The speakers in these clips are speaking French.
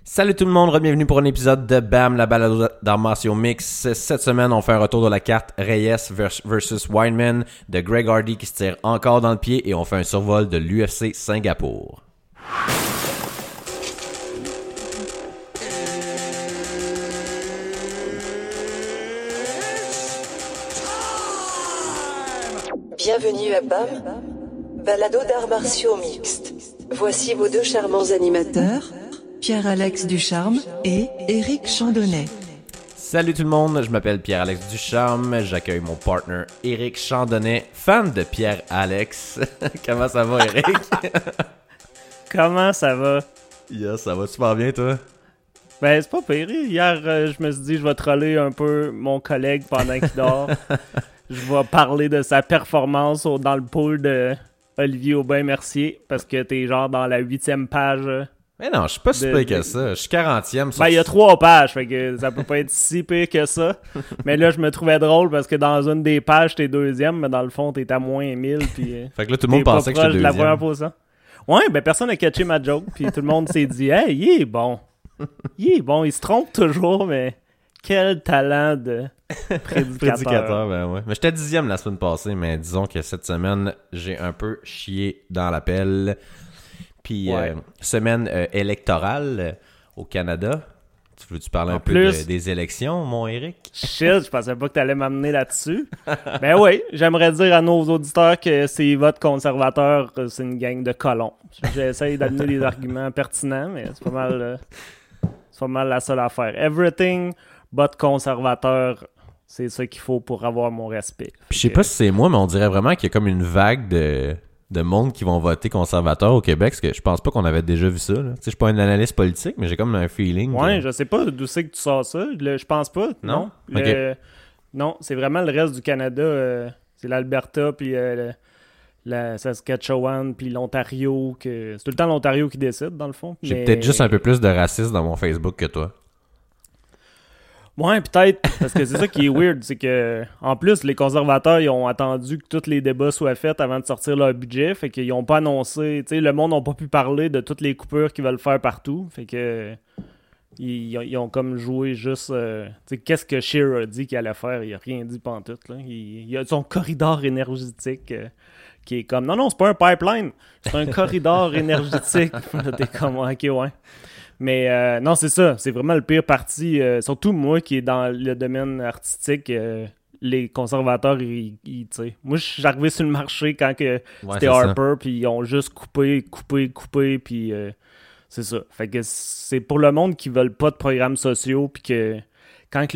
Salut tout le monde, bienvenue pour un épisode de BAM, la balado d'arts martiaux mix. Cette semaine, on fait un retour de la carte Reyes versus Wineman de Greg Hardy qui se tire encore dans le pied et on fait un survol de l'UFC Singapour. Bienvenue à BAM, balado d'arts martiaux mixtes. Voici vos deux charmants animateurs, Pierre-Alex Ducharme et Éric Chandonnet. Salut tout le monde, je m'appelle Pierre-Alex Ducharme, j'accueille mon partner Éric Chandonnet, fan de Pierre-Alex. Comment ça va, Éric? Comment ça va? Yes, ça va super bien, toi? Ben, c'est pas pire. Hier, je me suis dit, je vais troller un peu mon collègue pendant qu'il dort. Je vais parler de sa performance dans le pool de Olivier Aubin-Mercier, parce que t'es genre dans la 8e page. Mais non, je suis pas si pire que ça. Je suis 40e. Ben, il y a 3 pages, fait que ça peut pas être si pire que ça. Mais là, je me trouvais drôle parce que dans une des pages, t'es 2e, mais dans le fond, t'es à moins 1000. Puis, fait que là, tout le monde pensait que j'étais 2e. La première position. Ouais, ben personne n'a catché ma joke, puis tout le monde s'est dit, hey, il est bon. Il se trompe toujours, mais quel talent de prédicateur. Ben ouais. Mais j'étais 10e la semaine passée, mais disons que cette semaine, j'ai un peu chié dans la pelle. Puis, ouais. Semaine électorale au Canada. Tu veux-tu parler un peu des élections, mon Éric? Shit, je pensais pas que t'allais m'amener là-dessus. Ben oui, j'aimerais dire à nos auditeurs que ces votes conservateurs, c'est une gang de colons. J'essaye d'amener des arguments pertinents, mais c'est pas mal la seule affaire. Everything but conservateur, c'est ça qu'il faut pour avoir mon respect. Puis je sais pas si c'est moi, mais on dirait vraiment qu'il y a comme une vague de monde qui vont voter conservateur au Québec, parce que je pense pas qu'on avait déjà vu ça. Tu sais, je suis pas un analyste politique, mais j'ai comme un feeling. Ouais, je sais pas d'où c'est que tu sors ça. Je pense pas. Non? Okay. Non, c'est vraiment le reste du Canada. C'est l'Alberta, puis la Saskatchewan, puis l'Ontario. C'est tout le temps l'Ontario qui décide, dans le fond. J'ai peut-être juste un peu plus de racisme dans mon Facebook que toi. Ouais, peut-être, parce que c'est ça qui est weird, c'est que en plus, les conservateurs, ils ont attendu que tous les débats soient faits avant de sortir leur budget, fait qu'ils ont pas annoncé, tu sais, le monde n'a pas pu parler de toutes les coupures qu'ils veulent faire partout, fait que ils ont comme joué juste, tu sais, qu'est-ce que Scheer a dit qu'il allait faire, il a rien dit pantoute, là, il a son corridor énergétique qui est comme, non, c'est pas un pipeline, c'est un corridor énergétique, là, t'es comme, ok, ouais. Mais non, c'est ça. C'est vraiment le pire parti. Surtout moi qui est dans le domaine artistique. Les conservateurs, tu sais. Moi, je suis arrivé sur le marché quand c'était Harper, puis ils ont juste coupé, puis c'est ça. Fait que c'est pour le monde qui veulent pas de programmes sociaux, puis que quand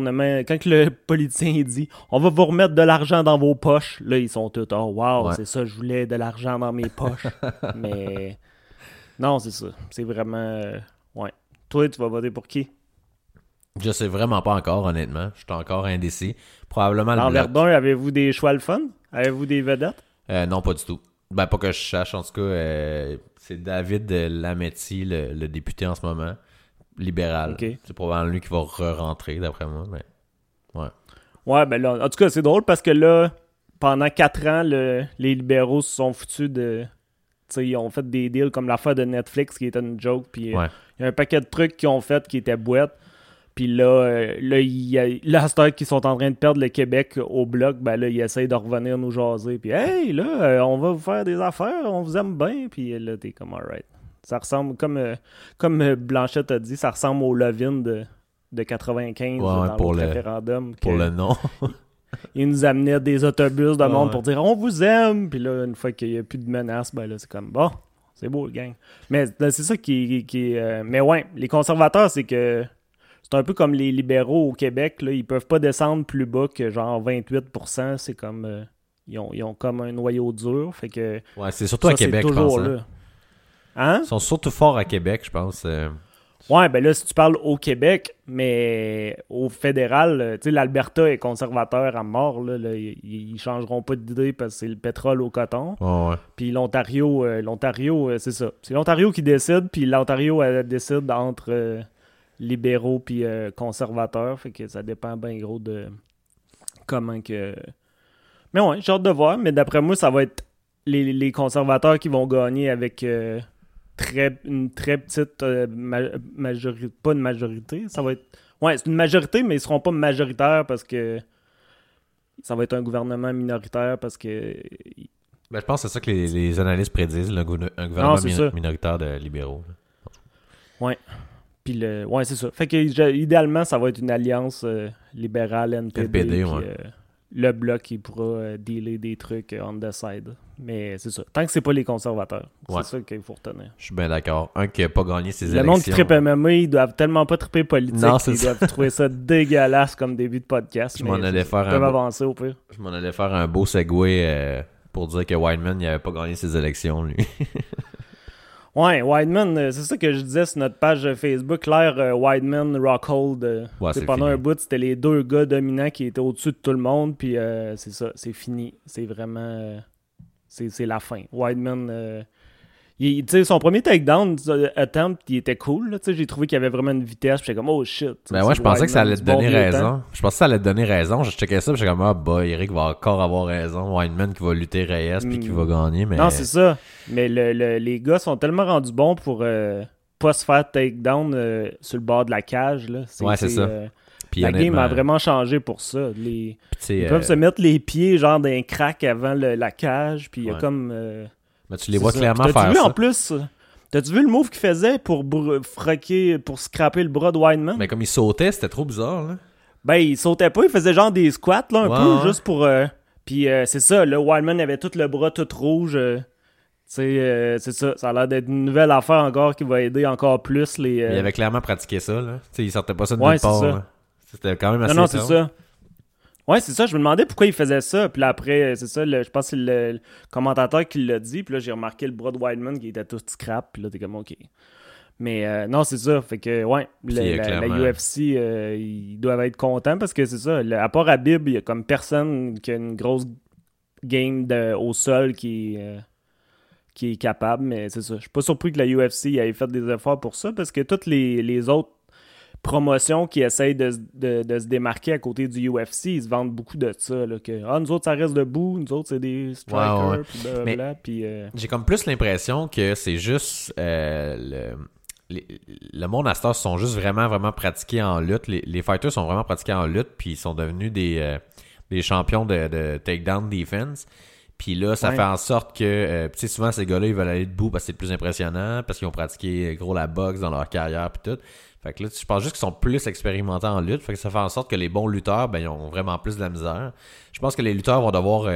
le politicien il dit « On va vous remettre de l'argent dans vos poches », là, ils sont tous « Oh, wow, c'est ça, je voulais de l'argent dans mes poches. » Mais... Non, c'est ça. C'est vraiment... ouais. Toi, tu vas voter pour qui? Je sais vraiment pas encore, honnêtement. Je suis encore indécis. Probablement le Dans Bloc. Verdun, avez-vous des choix le fun? Avez-vous des vedettes? Non, pas du tout. Ben, pas que je sache. En tout cas, c'est David Lametti, le député en ce moment. Libéral. Okay. C'est probablement lui qui va re-rentrer, d'après moi. Mais... ouais. Ouais, ben là, en tout cas, c'est drôle parce que là, pendant 4 ans, les libéraux se sont foutus de... T'sais, ils ont fait des deals comme l'affaire de Netflix qui était une joke, puis il y a un paquet de trucs qu'ils ont fait qui étaient boîtes. Puis là, il y a l'Astor qui sont en train de perdre le Québec au bloc, ben là, ils essayent de revenir nous jaser. Puis hey, là, on va vous faire des affaires, on vous aime bien. Puis là, t'es comme alright. Ça ressemble, comme Blanchette a dit, ça ressemble au Levin de 95 dans le référendum. Pour le nom. Ils nous amenaient des autobus de monde pour dire « On vous aime! » Puis là, une fois qu'il n'y a plus de menaces, ben là, c'est comme « Bon, c'est beau, le gang. » Mais c'est ça qui est... Mais ouais, les conservateurs, c'est que... C'est un peu comme les libéraux au Québec, là. Ils peuvent pas descendre plus bas que genre 28%. C'est comme... Ils ont comme un noyau dur, fait que... Ouais, c'est surtout à Québec, je pense. Hein? Ils sont surtout forts à Québec, je pense. Ouais, ben là, si tu parles au Québec, mais au fédéral, tu sais, l'Alberta est conservateur à mort, là, ils changeront pas d'idée parce que c'est le pétrole au coton. Oh, ouais. Puis l'Ontario, c'est ça. C'est l'Ontario qui décide, puis l'Ontario, elle décide entre libéraux puis conservateurs, fait que ça dépend bien gros de comment que... Mais ouais, j'ai hâte de voir, mais d'après moi, ça va être les conservateurs qui vont gagner avec... une très petite majorité. Pas une majorité, ça va être... Ouais, c'est une majorité, mais ils seront pas majoritaires parce que ça va être un gouvernement minoritaire parce que... Ben, je pense que c'est ça que les analystes prédisent, un gouvernement minoritaire de libéraux. Ouais. Puis ouais, c'est ça. Fait que idéalement, ça va être une alliance libérale NPD. Puis, ouais. Le bloc qui pourra dealer des trucs on the side. Mais c'est ça. Tant que c'est pas les conservateurs. C'est ça qu'il faut retenir. Je suis bien d'accord. Un qui a pas gagné ses élections. Le monde qui trippe MMA, ils doivent tellement pas tripper politique. Non, ils doivent trouver ça dégueulasse comme début de podcast. Je m'en allais faire avancer au pire. Je m'en allais faire un beau segue pour dire que Weidman n'avait pas gagné ses élections, lui. Ouais, Weidman, c'est ça que je disais sur notre page Facebook. Claire, Weidman, Rockhold. Pendant un bout, c'était les deux gars dominants qui étaient au-dessus de tout le monde. Puis c'est ça, c'est fini. C'est vraiment... c'est la fin. Weidman... son premier takedown attempt, il était cool. J'ai trouvé qu'il y avait vraiment une vitesse. J'étais comme, oh shit. Ben ouais, je pensais que ça allait te donner raison. Je pensais que ça allait te donner raison. Je checkais ça, j'étais comme, ah bah, Eric va encore avoir raison. Weidman qui va lutter Reyes puis qui va gagner. Mais... Non, c'est ça. Mais les gars sont tellement rendus bons pour pas se faire takedown sur le bord de la cage. Là. C'est ça. Puis la game a vraiment changé pour ça. Ils peuvent se mettre les pieds genre d'un crack avant la cage. Puis il y a comme... Mais tu les vois clairement faire T'as-tu vu ça. en plus... T'as-tu vu le move qu'il faisait pour scraper le bras de Weidman? Mais comme il sautait, c'était trop bizarre, là. Ben, il sautait pas, il faisait genre des squats, là, un peu, juste pour... Puis c'est ça, là, Weidman avait tout le bras tout rouge. C'est ça, ça a l'air d'être une nouvelle affaire encore qui va aider encore plus les... Il avait clairement pratiqué ça, là. T'sais, il sortait pas ça de nulle part, là. C'était quand même assez... Non, c'est ça. Ouais, c'est ça. Je me demandais pourquoi il faisait ça. Puis là, après, c'est ça. Je pense que c'est le commentateur qui l'a dit. Puis là, j'ai remarqué le bras de Weidman qui était tout scrap. Puis là, t'es comme, OK. Mais non, c'est ça. Fait que, ouais, la UFC, ils doivent être contents parce que c'est ça. À part Habib, il y a comme personne qui a une grosse game au sol qui est capable. Mais c'est ça. Je suis pas surpris que la UFC ait fait des efforts pour ça parce que toutes les autres promotions qui essayent de se démarquer à côté du UFC, ils se vendent beaucoup de ça. Là, que, nous autres, ça reste debout, nous autres, c'est des strikers, puis j'ai comme plus l'impression que c'est juste le monde à cette heure sont juste vraiment, vraiment pratiqués en lutte. Les fighters sont vraiment pratiqués en lutte, puis ils sont devenus des champions de takedown defense. Puis là, ça fait en sorte que, tu sais, souvent, ces gars-là, ils veulent aller debout parce que c'est le plus impressionnant, parce qu'ils ont pratiqué gros la boxe dans leur carrière, puis tout. Fait que là, je pense juste qu'ils sont plus expérimentés en lutte. Fait que ça fait en sorte que les bons lutteurs, ben, ils ont vraiment plus de la misère. Je pense que les lutteurs vont devoir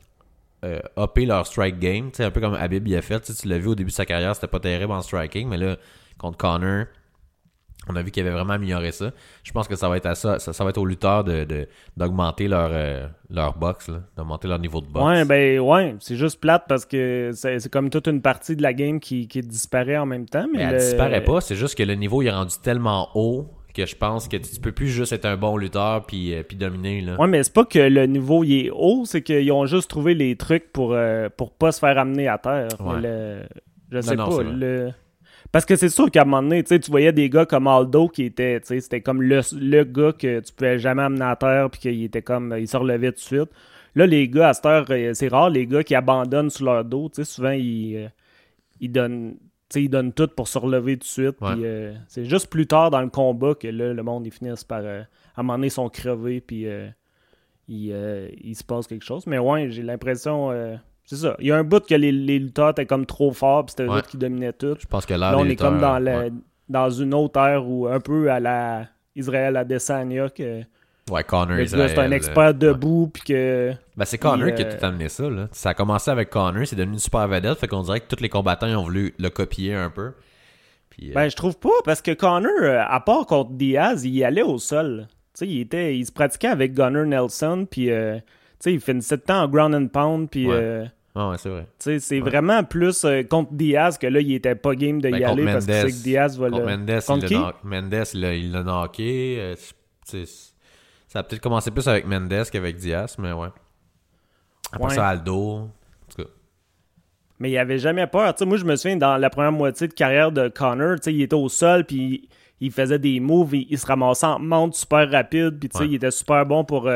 upper leur strike game. Tu sais, un peu comme Habib y a fait. Tu l'as vu au début de sa carrière, c'était pas terrible en striking. Mais là, contre Conor, on a vu qu'il avait vraiment amélioré ça. Je pense que ça va être à ça. Ça va être aux lutteurs d'augmenter leur boxe, là, d'augmenter leur niveau de boxe. Ouais, c'est juste plate parce que c'est comme toute une partie de la game qui disparaît en même temps. Mais elle disparaît pas, c'est juste que le niveau il est rendu tellement haut que je pense que tu peux plus juste être un bon lutteur puis dominer, là. Ouais, mais c'est pas que le niveau il est haut, c'est qu'ils ont juste trouvé les trucs pour pas se faire amener à terre. Ouais. Je sais pas. Parce que c'est sûr qu'à un moment donné, tu voyais des gars comme Aldo qui étaient, c'était comme le gars que tu pouvais jamais amener à terre puis qu'il était comme, il se relevait tout de suite. Là, les gars, à cette heure, c'est rare, les gars qui abandonnent sur leur dos, souvent, ils donnent tout pour se relever tout de suite. Ouais. Puis, c'est juste plus tard dans le combat que là, le monde, ils finissent par, à un moment donné, ils sont crevés puis il se passe quelque chose. Mais ouais, j'ai l'impression... c'est ça. Il y a un bout que les lutteurs étaient comme trop forts, puis c'était eux autres qui dominaient tout. Je pense que là, on est comme dans une autre ère où un peu à la Israël Adesanya que Conor Israël. C'est un expert debout, puis que. Ben, c'est Conor qui a tout amené ça, là. Ça a commencé avec Conor, c'est devenu une super vedette, fait qu'on dirait que tous les combattants ils ont voulu le copier un peu. Puis, Ben, je trouve pas, parce que Conor, à part contre Diaz, il allait au sol. Tu sais, il se pratiquait avec Gunnar Nelson, puis tu sais, il finissait de temps en ground and pound, puis. Ouais, c'est vrai. Tu sais, c'est vraiment plus contre Diaz que là, il était pas game de y aller parce que c'est que Diaz va Mendes, il l'a knocké. Ça a peut-être commencé plus avec Mendes qu'avec Diaz, mais ouais. Après ça, Aldo. En tout cas. Mais il avait jamais peur. Tu sais, moi, je me souviens, dans la première moitié de carrière de Conor, tu sais, il était au sol, puis il faisait des moves, il se ramassait en monte super rapide, puis tu sais, il était super bon pour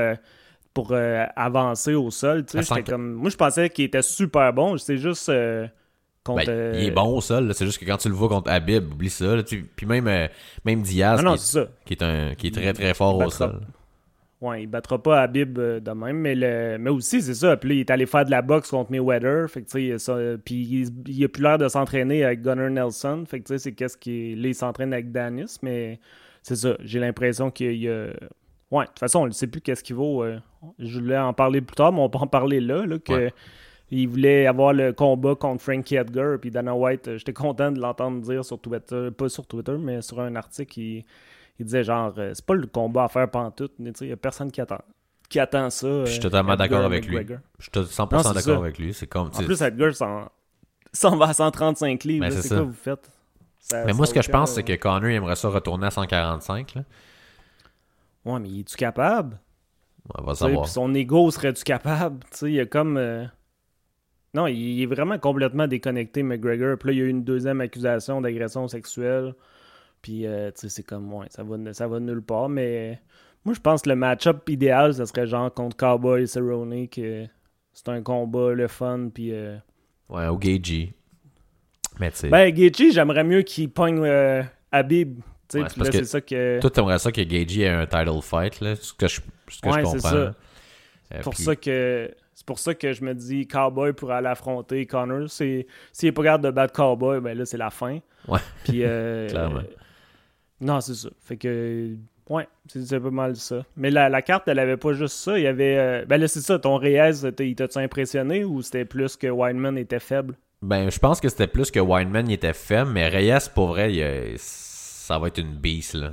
avancer au sol. Tu sais, j'étais comme... Moi, je pensais qu'il était super bon. C'est juste... contre, il est bon au sol, là. C'est juste que quand tu le vois contre Habib, oublie ça. Là, puis même Diaz, qui est très très fort au sol. Ouais, il battra pas Habib de même, mais aussi, c'est ça. Puis là, il est allé faire de la boxe contre Mayweather. Fait que, tu sais, puis il a plus l'air de s'entraîner avec Gunnar Nelson. Fait que, tu sais, c'est qu'est-ce qu'il... Là, il s'entraîne avec Danis, mais c'est ça. J'ai l'impression qu'il y a... Ouais, de toute façon, on ne sait plus qu'est-ce qu'il vaut. Je voulais en parler plus tard, mais on peut en parler là que... Ouais. Il voulait avoir le combat contre Frankie Edgar, puis Dana White, j'étais content de l'entendre dire sur Twitter, pas sur Twitter, mais sur un article, il disait genre, c'est pas le combat à faire pantoute, il y a personne qui attend ça. Je suis totalement d'accord avec lui. Je suis 100% d'accord avec lui. C'est comme, en plus, Edgar s'en va à 135 livres. Ben, c'est quoi vous faites? Mais moi, ce que je pense, c'est que Conor aimerait ça retourner à 145. Là. Ouais, mais il est-tu capable? On va savoir. Puis son ego serait-tu capable? Il y a comme... Non, il est vraiment complètement déconnecté, McGregor. Puis là, il y a eu une deuxième accusation d'agression sexuelle. Puis, tu sais, c'est comme, ouais, ça va nulle part. Mais moi, je pense que le match-up idéal, ça serait genre contre Cowboy et Cerrone, que c'est un combat, le fun, puis... Ouais, au Gaethje. Mais tu sais... Ben, Gaethje, j'aimerais mieux qu'il pogne Habib. Ouais, puis là, c'est ça que... Toi, t'aimerais ça que Gaethje ait un title fight, là, ce que je comprends. C'est ça. C'est pour ça que je me dis Cowboy pour aller affronter Conor. S'il n'est pas capable de battre Cowboy, ben là, c'est la fin. Ouais. Puis, clairement. Non, c'est ça. Fait que, ouais, c'est pas mal ça. Mais la carte, elle avait pas juste ça. Il y avait. Ben là, c'est ça. Ton Reyes, il t'a-tu impressionné ou c'était plus que Wineman était faible? Ben, je pense que c'était plus que Wineman il était faible, mais Reyes, pour vrai, ça va être une beast, là.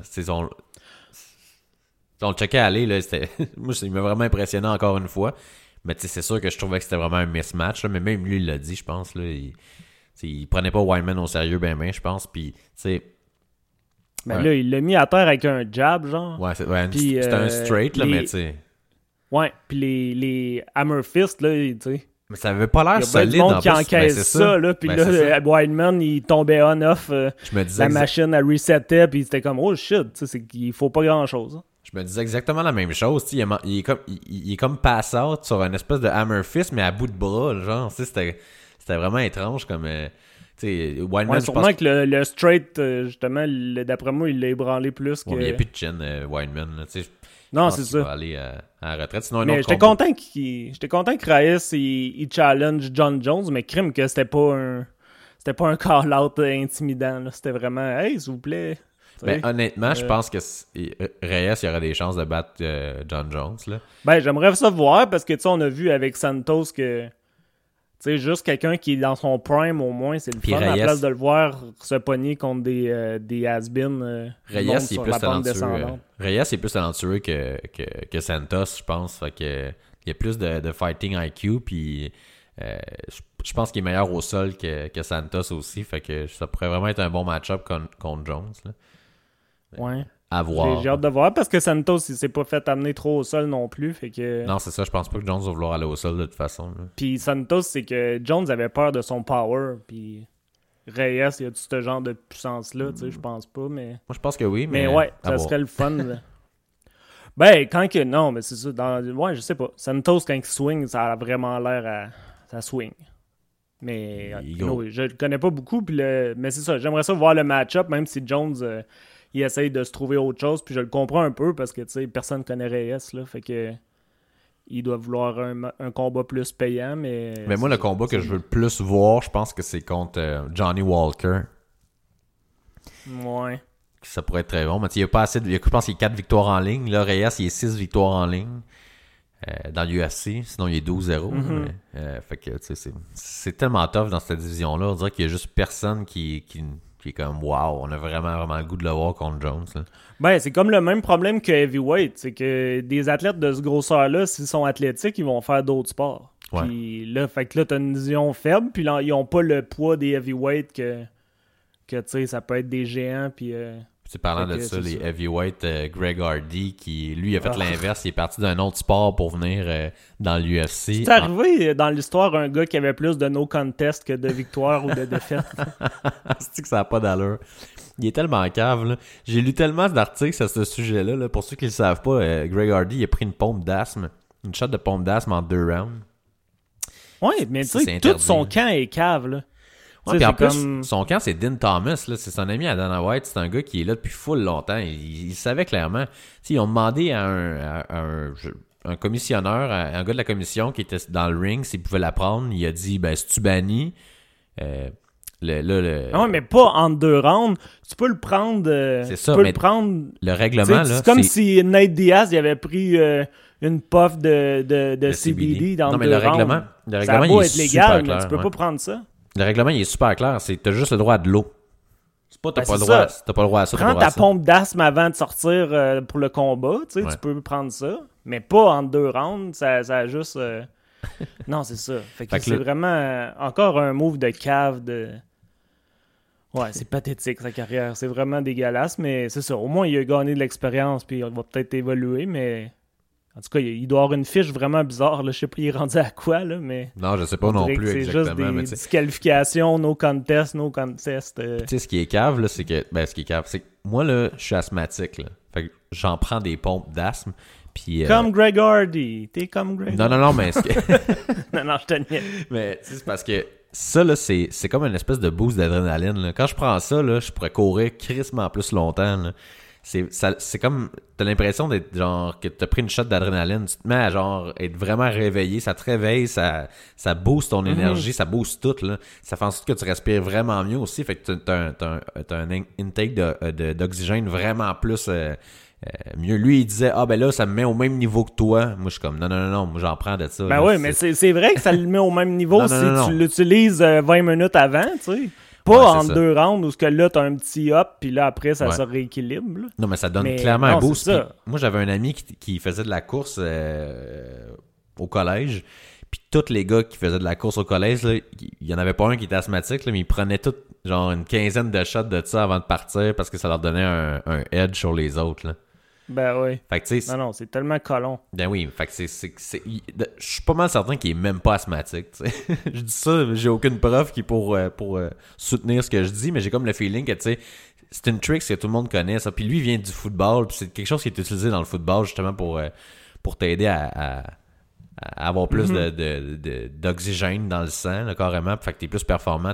On le checkait aller, là. Moi, il m'a vraiment impressionné encore une fois. Mais tu sais, c'est sûr que je trouvais que c'était vraiment un mismatch, là, mais même lui, il l'a dit, je pense. Là, il prenait pas Wineman au sérieux, ben, je pense. Puis, tu sais. Ben là, il l'a mis à terre avec un jab, genre. Ouais, c'était un straight, là, mais tu sais. Ouais, puis les Hammer Fist, là, tu sais. Mais ça avait pas l'air solide. Il y a beaucoup de monde qui encaisse ça, là. Puis là, Wineman, il tombait on-off. La machine, elle resettait, puis c'était comme, oh shit, tu sais, il faut pas grand-chose. Hein. Je me disais exactement la même chose. Il est comme pass-out sur une espèce de hammer fist, mais à bout de bras. Genre, c'était vraiment étrange comme... Wineman, sûrement que le straight, justement, d'après moi, il l'a ébranlé plus que... Il n'y a plus de chin, Wineman. Non, c'est ça. Il va aller à la retraite. Sinon, mais j'étais content que Reyes il challenge John Jones, mais crime que c'était pas un call-out intimidant. Là. C'était vraiment « Hey, s'il vous plaît... » Ben, honnêtement, je pense que Reyes, il aurait des chances de battre John Jones. Là. Ben, j'aimerais ça voir parce que, tu sais, on a vu avec Santos que, tu sais, juste quelqu'un qui est dans son prime, au moins, c'est le fun, à la place de le voir se pogner contre des has-been. Reyes, il est plus talentueux. Reyes est plus talentueux que Santos, je pense. Fait que, il y a plus de fighting IQ, puis je pense qu'il est meilleur au sol que Santos aussi. Fait que ça pourrait vraiment être un bon match-up contre Jones, là. Ouais. À voir. J'ai hâte de voir parce que Santos, il s'est pas fait amener trop au sol non plus. Fait que... Non, c'est ça. Je pense pas que Jones va vouloir aller au sol de toute façon. Là. Puis Santos, c'est que Jones avait peur de son power. Puis Reyes, il y a tout ce genre de puissance-là. Tu sais, je pense pas. Mais... Moi, je pense que oui. Mais ouais, ça serait le fun. Ben, quand que. Non, mais c'est ça. Ouais, je sais pas. Santos, quand il swing, ça a vraiment l'air à. Ça swing. Mais je le connais pas beaucoup. Mais c'est ça. J'aimerais ça voir le match-up, même si Jones. Il essaye de se trouver autre chose, puis je le comprends un peu parce que tu sais, personne connaît Reyes, là, fait que il doit vouloir un combat plus payant, mais moi, le combat que je veux le plus voir, je pense que c'est contre Johnny Walker. Ouais. Ça pourrait être très bon, mais il y a pas assez je pense qu'il y a 4 victoires en ligne. Là, Reyes, il y a 6 victoires en ligne dans l'UFC, sinon il est 12-0. Fait que c'est tellement tough dans cette division-là. On dirait qu'il y a juste personne qui est comme wow, on a vraiment le goût de le voir contre Jones. Là. Ben, c'est comme le même problème que Heavyweight, c'est que des athlètes de ce grosseur-là, s'ils sont athlétiques, ils vont faire d'autres sports. Ouais. Puis là, fait que là, t'as une vision faible, puis là, ils ont pas le poids des Heavyweight que tu sais, ça peut être des géants, puis... parlant de ça, les heavyweight, Greg Hardy, qui lui a fait l'inverse, il est parti d'un autre sport pour venir dans l'UFC. C'est arrivé dans l'histoire un gars qui avait plus de no contest que de victoires ou de défaites. C'est que ça n'a pas d'allure. Il est tellement cave, là. J'ai lu tellement d'articles à ce sujet-là. Là. Pour ceux qui ne le savent pas, Greg Hardy il a pris une pompe d'asthme. Une shot de pompe d'asthme en 2 rounds. Oui, mais tu sais, tout son camp est cave, là. Ouais, puis en plus, son camp, c'est Dean Thomas, là, c'est son ami à Dana White, c'est un gars qui est là depuis full longtemps, il savait clairement. T'sais, ils ont demandé à un commissionneur, à un gars de la commission qui était dans le ring, s'il pouvait la prendre, il a dit, ben, si tu bannis, Non, mais pas en 2 rounds. Tu peux le prendre. C'est ça, tu peux mais le prendre. le règlement, là. C'est comme si Nate Diaz il avait pris une puff de CBD dans non, mais 2 le rounds. règlement, Ça il va est être légal, super mais clair, tu peux pas prendre ça. Le règlement, il est super clair. T'as juste le droit à de l'eau. C'est pas, t'as pas le droit à ça. Prends ta pompe d'asthme avant de sortir pour le combat. Tu peux prendre ça. Mais pas en 2 rounds. Ça a juste. Non, c'est ça. Fait que c'est vraiment encore un move de cave de. Ouais, c'est pathétique sa carrière. C'est vraiment dégueulasse. Mais c'est ça. Au moins, il a gagné de l'expérience. Puis il va peut-être évoluer. Mais. En tout cas, il doit avoir une fiche vraiment bizarre. Là. Je sais pas, il est rendu à quoi, là, mais... Non, je sais pas non plus exactement. C'est juste des disqualifications, no contest. Tu sais, ce qui est cave, là, c'est que... Ben, ce qui est cave, c'est que moi, là, je suis asthmatique, là. Fait que j'en prends des pompes d'asthme, puis... Comme Greg Hardy. T'es comme Greg Hardy. Non, mais... non, je te niais. Mais, tu sais, c'est parce que ça, là, c'est comme une espèce de boost d'adrénaline, là. Quand je prends ça, là, je pourrais courir crissement plus longtemps, là. C'est comme, t'as l'impression d'être genre, que t'as pris une shot d'adrénaline, tu te mets à genre, être vraiment réveillé, ça te réveille, ça booste ton énergie, ça booste tout, là. Ça fait en sorte que tu respires vraiment mieux aussi, fait que t'as un intake d'oxygène vraiment plus, mieux. Lui, il disait, ah ben là, ça me met au même niveau que toi. Moi, je suis comme, non, moi j'en prends de ça. Ben là, oui, mais c'est vrai que ça le met au même niveau tu l'utilises 20 minutes avant, tu sais. Pas en 2 rounds où là, t'as un petit up, puis là, après, ça se rééquilibre. Là. Non, mais ça donne clairement un boost. Moi, j'avais un ami qui faisait de la course au collège. Puis tous les gars qui faisaient de la course au collège, il y en avait pas un qui était asthmatique, là, mais ils prenaient tout genre une quinzaine de shots de ça avant de partir parce que ça leur donnait un edge sur les autres. Là. Ben oui. Fait que, tu sais, non, c'est tellement colon. Ben oui, fait que je suis pas mal certain qu'il est même pas asthmatique, tu sais. Je dis ça, j'ai aucune preuve qui pour soutenir ce que je dis, mais j'ai comme le feeling que, tu sais, c'est une trick que tout le monde connaît, ça. Puis lui, il vient du football, puis c'est quelque chose qui est utilisé dans le football, justement, pour t'aider à avoir plus d'oxygène dans le sang, là, carrément. Fait que t'es plus performant,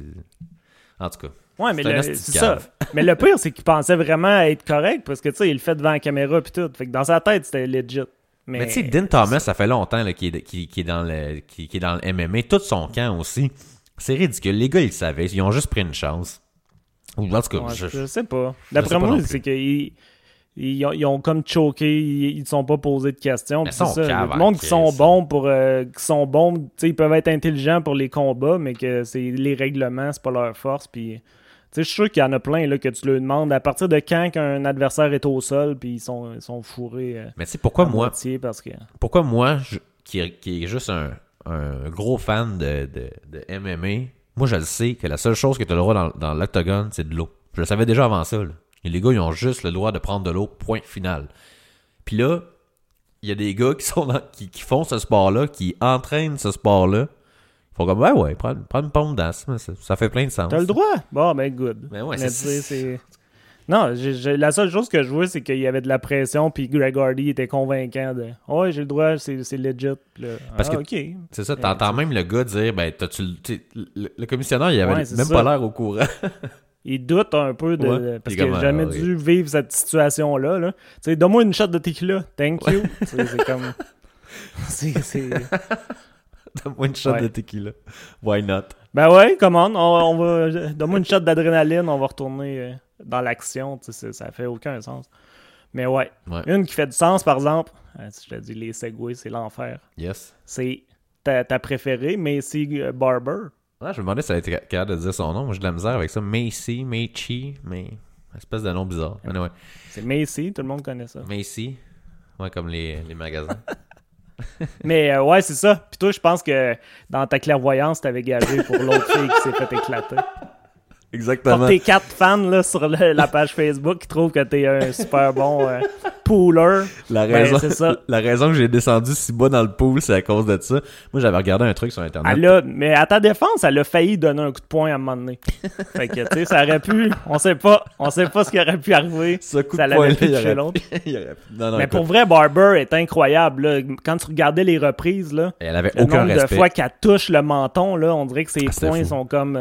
en tout cas. Ouais, mais c'est ça. Mais le pire, c'est qu'il pensait vraiment être correct parce que, tu sais, il le fait devant la caméra puis tout. Fait que dans sa tête, c'était legit. Mais tu sais, Dean Thomas, ça fait longtemps là, qu'il est dans le MMA. Tout son camp aussi. C'est ridicule. Les gars, ils le savaient. Ils ont juste pris une chance. En tout cas, je sais pas. D'après moi, c'est qu'ils ont comme choqué. Ils ne sont pas posés de questions. C'est ça. Le monde qui sont bons qui sont bons, tu sais, ils peuvent être intelligents pour les combats, mais que c'est les règlements, c'est pas leur force. Puis... Tu sais, je suis sûr qu'il y en a plein là, que tu leur demandes à partir de quand qu'un adversaire est au sol puis ils sont fourrés. Mais tu sais, pourquoi moi, parce que... pourquoi moi, qui est juste un gros fan de MMA, moi je le sais que la seule chose que tu as le droit dans l'octogone, c'est de l'eau. Je le savais déjà avant ça. Là. Et les gars, ils ont juste le droit de prendre de l'eau, point final. Puis là, il y a des gars qui font ce sport-là, qui entraînent ce sport-là. Faut comme, ouais, prendre une pompe d'asthme, ça fait plein de sens. T'as le droit? Bon, ben, good. Ben ouais, c'est... Non, la seule chose que je vois, c'est qu'il y avait de la pression, puis Greg Hardy était convaincant de « Ouais, j'ai le droit, c'est legit. » Parce que, okay. C'est ça, t'entends même le gars dire « Ben, le commissionnaire, il avait même pas l'air au courant. » Il doute un peu parce qu'il n'a jamais dû vivre cette situation-là. Là. Tu sais, donne-moi une shot de tequila. Thank you. C'est comme... C'est... Donne-moi une shot de tequila. Why not? Ben ouais, on va... Donne-moi une shot d'adrénaline, on va retourner dans l'action. Ça fait aucun sens. Mais ouais. Une qui fait du sens, par exemple, je te dis, les segways, c'est l'enfer. Yes. C'est ta préférée, Macy Barber. Ouais, je me demandais si elle était capable de dire son nom. Moi, j'ai de la misère avec ça. Macy, mais espèce de nom bizarre. Anyway. C'est Macy, tout le monde connaît ça. Macy. Ouais, comme les magasins. Mais ouais, c'est ça. Puis toi, je pense que dans ta clairvoyance, t'avais gagé pour l'autre fille qui s'est fait éclater. Exactement. Pour tes 4 fans là, sur la page Facebook qui trouvent que t'es un super bon pooler. La raison que j'ai descendu si bas dans le pool, c'est à cause de ça. Moi, j'avais regardé un truc sur Internet. Mais à ta défense, elle a failli donner un coup de poing à un moment donné. Fait que, tu sais, ça aurait pu... On sait pas ce qui aurait pu arriver. Ce coup de poing, il aurait l'autre. Mais pour vrai, Barber est incroyable. Là. Quand tu regardais les reprises, là, elle avait aucun respect. de fois qu'elle touche le menton, là, on dirait que ses poings sont comme...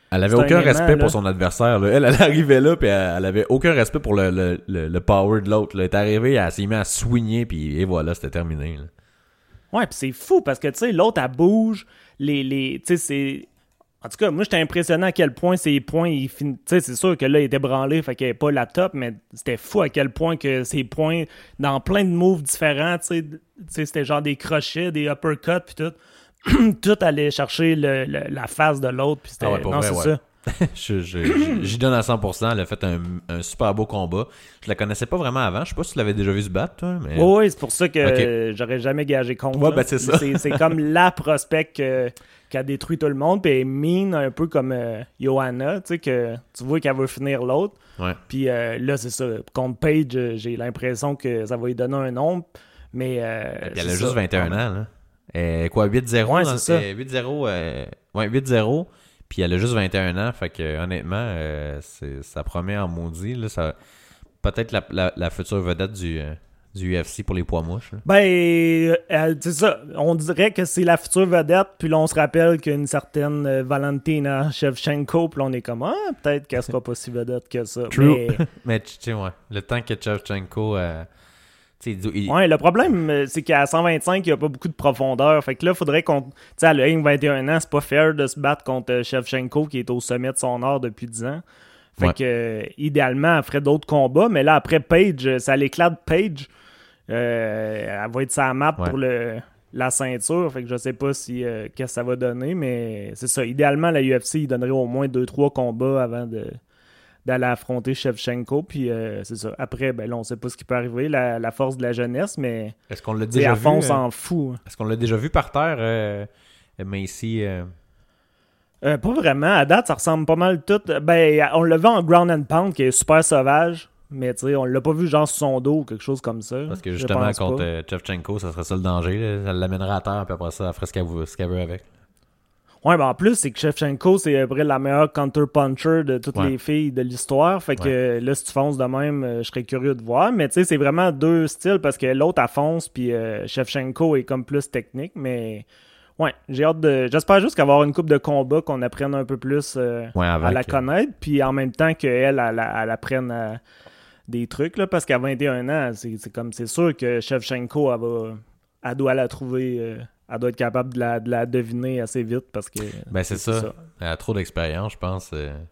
Elle avait c'est aucun un aimant, respect là. pour son adversaire. Là. Elle arrivait là, puis elle avait aucun respect pour le power de l'autre. Là. Elle est arrivée, elle s'est mise à swinguer, puis et voilà, c'était terminé. Là. Ouais, pis c'est fou parce que, tu sais, l'autre, elle bouge. Tu sais, c'est. En tout cas, moi, j'étais impressionné à quel point ses points, tu sais, c'est sûr que là, il était branlé, fait qu'il avait pas la top, mais c'était fou à quel point que ses points, dans plein de moves différents, tu sais, c'était genre des crochets, des uppercuts, puis tout. Tout allait chercher la face de l'autre, puis c'était. Ah ouais, pour non, vrai, c'est ouais. ça. J'y donne à 100%. Elle a fait un super beau combat. Je la connaissais pas vraiment avant. Je sais pas si tu l'avais déjà vu se battre, toi. Mais... Oui, c'est pour ça que Ok. j'aurais jamais gagé contre. Ouais, là. ben c'est ça. C'est comme la prospect qui a détruit tout le monde, puis elle est mean, un peu comme Johanna, tu sais, que tu vois qu'elle veut finir l'autre. Ouais. Puis là, c'est ça. Contre Paige, j'ai l'impression que ça va lui donner un nombre, mais... Puis elle a juste 21 ans, là. Quoi, 8-0? Ouais, c'est ça. 8-0, ouais, 8-0. Puis elle a juste 21 ans. Fait que, honnêtement, ça promet en maudit, là. Peut-être la future vedette du UFC pour les poids mouches. Là. Ben, c'est ça. On dirait que c'est la future vedette, puis là, on se rappelle qu'une certaine Valentina Shevchenko, puis là, on est comme, peut-être qu'elle sera pas si vedette que ça. True. Mais tu sais, ouais. Le temps que Shevchenko... Ouais, le problème, c'est qu'à 125, il n'y a pas beaucoup de profondeur. Fait que là, il faudrait qu'on... Tu sais, à le 21 ans, c'est pas fair de se battre contre Shevchenko, qui est au sommet de son art depuis 10 ans. Fait que, idéalement, elle ferait d'autres combats. Mais là, après Paige, ça l'éclate Paige. Elle va être sa map pour la ceinture. Fait que je sais pas si qu'est-ce que ça va donner. Mais c'est ça. Idéalement, la UFC, il donnerait au moins 2-3 combats avant d'aller affronter Shevchenko, puis c'est ça. Après, ben là, on sait pas ce qui peut arriver, la force de la jeunesse, mais est-ce qu'on l'a déjà à vu? fond, on s'en fout. Est-ce qu'on l'a déjà vu par terre, Macy? Pas vraiment. À date, ça ressemble pas mal tout. Ben, on l'a vu en ground and pound, qui est super sauvage, mais tu sais, on l'a pas vu genre sur son dos ou quelque chose comme ça. Parce que justement, contre Shevchenko, ça serait ça le danger. Là. Elle l'amènerait à terre, puis après ça, elle ferait ce qu'elle veut avec. Ouais, ben en plus, c'est que Shevchenko, c'est à peu près la meilleure counter-puncher de toutes les filles de l'histoire. Fait que là, si tu fonces de même, je serais curieux de voir. Mais tu sais, c'est vraiment deux styles parce que l'autre, elle fonce, puis Shevchenko est comme plus technique. Mais ouais, j'ai hâte de... J'espère juste qu'avoir une coupe de combat, qu'on apprenne un peu plus à la connaître. Puis en même temps qu'elle, elle apprenne des trucs, là, parce qu'à 21 ans, c'est sûr que Shevchenko, elle doit la trouver... elle doit être capable de la deviner assez vite parce que... Ben c'est ça. Elle a trop d'expérience, je pense.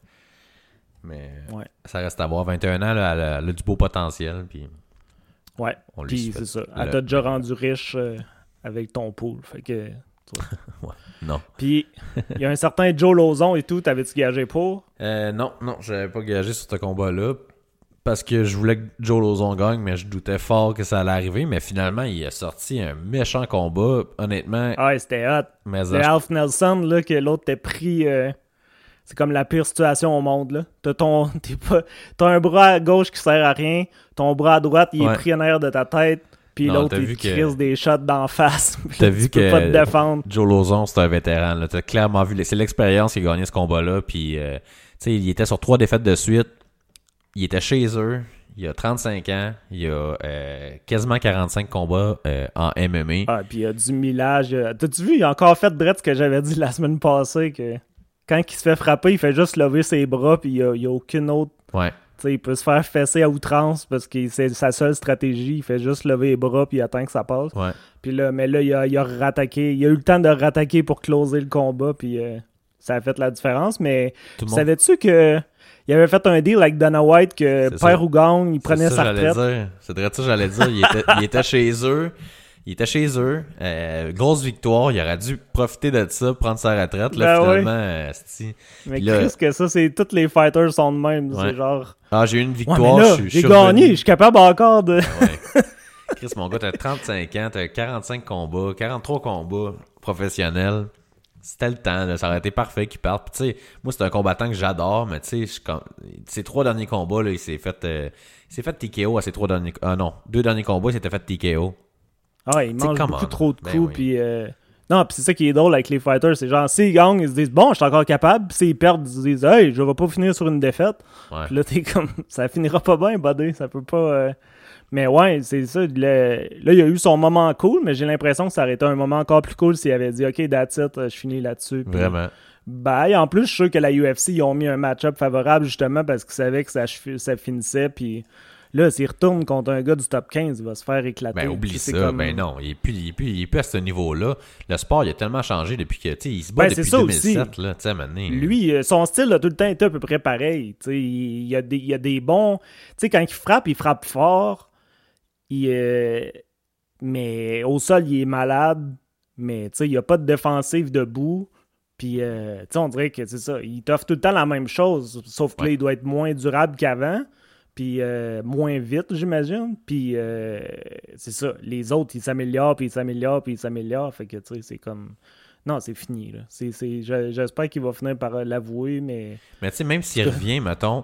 Mais ça reste à voir. 21 ans, là, elle a du beau potentiel. Puis ouais, puis c'est ça. Elle t'a déjà rendu riche avec ton pool. Fait que... ouais, non. Puis, il y a un certain Joe Lauzon et tout. T'avais-tu gagé pour? Non, j'avais pas gagé sur ce combat-là. Parce que je voulais que Joe Lauzon gagne, mais je doutais fort que ça allait arriver. Mais finalement, il a sorti un méchant combat. Honnêtement... Ah, c'était hot. C'est Alf Nelson, là, que l'autre t'est pris... c'est comme la pire situation au monde, là. T'as un bras à gauche qui sert à rien. Ton bras à droite, il est pris en arrière de ta tête. Puis l'autre, il crisse des shots d'en face. T'as vu que tu peux pas te défendre. Joe Lauzon, c'est un vétéran. Là. T'as clairement vu... C'est l'expérience qui a gagné ce combat-là. Puis, tu sais, il était sur 3 défaites de suite. Il était chez eux, il a 35 ans, il a quasiment 45 combats en MMA. Ah, puis il a du millage. T'as-tu vu, il a encore fait direct ce que j'avais dit la semaine passée, que quand il se fait frapper, il fait juste lever ses bras, puis il y a aucune autre... Ouais. T'sais, il peut se faire fesser à outrance, parce que c'est sa seule stratégie, il fait juste lever les bras, puis il attend que ça passe. Ouais. Puis là, mais là, il a rattaqué, il a eu le temps de rattaquer pour closer le combat, puis ça a fait la différence, mais savais-tu que... Il avait fait un deal avec Dana White que père ou gagne, il prenait sa retraite. C'est vrai ça, j'allais dire. Il était chez eux. Grosse victoire. Il aurait dû profiter de ça, prendre sa retraite. Là, finalement, mais Chris, que ça, c'est tous les fighters sont de même. Ouais. C'est genre... Ah, j'ai eu une victoire. Là, j'ai gagné. Je suis capable encore de... Ouais. Chris, mon gars, t'as 35 ans, t'as 45 combats, 43 combats professionnels. C'était le temps, là, ça aurait été parfait qu'il parte. Puis, tu sais, moi, c'est un combattant que j'adore, mais tu sais, ses 3 derniers combats, là, il s'est fait TKO à ses 3 derniers... Ah non, 2 derniers combats, il s'était fait TKO. Ah, il mange beaucoup trop de coups, puis... Non, puis c'est ça qui est drôle avec les fighters, c'est genre, s'ils gagnent, ils se disent « Bon, je suis encore capable », puis s'ils perdent, ils se disent « Hey, je vais pas finir sur une défaite. Ouais. » Puis là, t'es comme, ça finira pas bien, buddy, ça peut pas... Mais ouais, c'est ça. Là, il a eu son moment cool, mais j'ai l'impression que ça aurait été un moment encore plus cool s'il avait dit « Ok, that's it, je finis là-dessus. » Vraiment. Bye. En plus, je suis sûr que la UFC, ils ont mis un match-up favorable justement parce qu'ils savaient que ça finissait. Puis là, s'il retourne contre un gars du top 15, il va se faire éclater. Ben, oublie ça. Ben non, il est plus à ce niveau-là. Le sport, il a tellement changé depuis que, tu sais, il se bat depuis 2007, là, tu sais, maintenant. Lui, son style a tout le temps été à peu près pareil. Tu sais, il y a des bons... Tu sais, quand il frappe fort. Mais au sol, il est malade. Mais, tu sais, il n'y a pas de défensive debout. Puis, tu sais, on dirait que c'est ça. Il t'offre tout le temps la même chose. Sauf que là, il doit être moins durable qu'avant. Puis moins vite, j'imagine. Puis c'est ça. Les autres, ils s'améliorent, puis ils s'améliorent, puis ils s'améliorent. Fait que, tu sais, c'est comme... Non, c'est fini, là. J'espère qu'il va finir par l'avouer, mais... Mais tu sais, même s'il revient, mettons...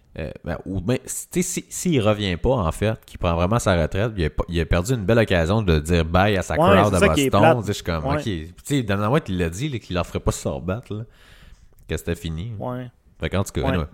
ou ben, tu sais, s'il revient pas, en fait, qu'il prend vraiment sa retraite, il a perdu une belle occasion de dire bye à sa crowd à Boston. Je suis comme, OK. Tu sais, Dana White, il l'a dit, là, qu'il leur ferait pas se rebattre, là. Que c'était fini. Ouais. Fait qu'en tout cas, anyway.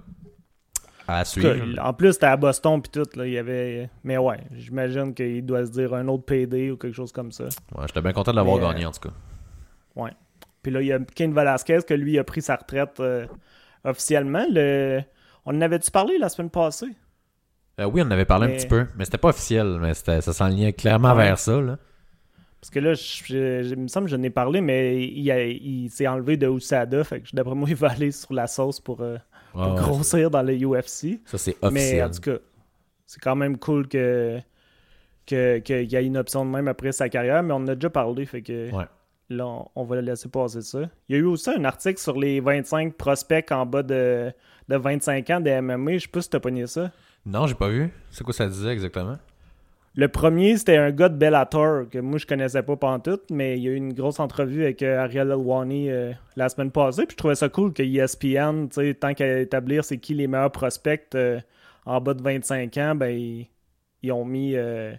À suivre. En plus, c'était à Boston puis tout, là, il y avait... Mais ouais, j'imagine qu'il doit se dire un autre PD ou quelque chose comme ça. Ouais, j'étais bien content de l'avoir gagné, en tout cas. Ouais. Puis là, il y a Cain Velasquez, que lui a pris sa retraite officiellement. On en avait-tu parlé la semaine passée? Oui, on en avait parlé un petit peu, mais c'était pas officiel, mais ça s'enlignait clairement vers ça, là. Parce que là, il me semble que je n'ai parlé, mais il s'est enlevé de USADA, fait que d'après moi, il va aller sur la sauce pour grossir dans le UFC. Ça, c'est officiel. Mais en tout cas, c'est quand même cool qu'il y ait une option de même après sa carrière, mais on en a déjà parlé, fait que là, on va laisser passer ça. Il y a eu aussi un article sur les 25 prospects en bas de 25 ans de MMA. Je sais pas si t'as pogné ça. Non, j'ai pas vu. C'est quoi ça disait exactement? Le premier, c'était un gars de Bellator que moi, je connaissais pas pantoute, mais il y a eu une grosse entrevue avec Ariel Helwani la semaine passée, puis je trouvais ça cool que ESPN, tu sais, tant qu'à établir c'est qui les meilleurs prospects en bas de 25 ans, ben ils ont mis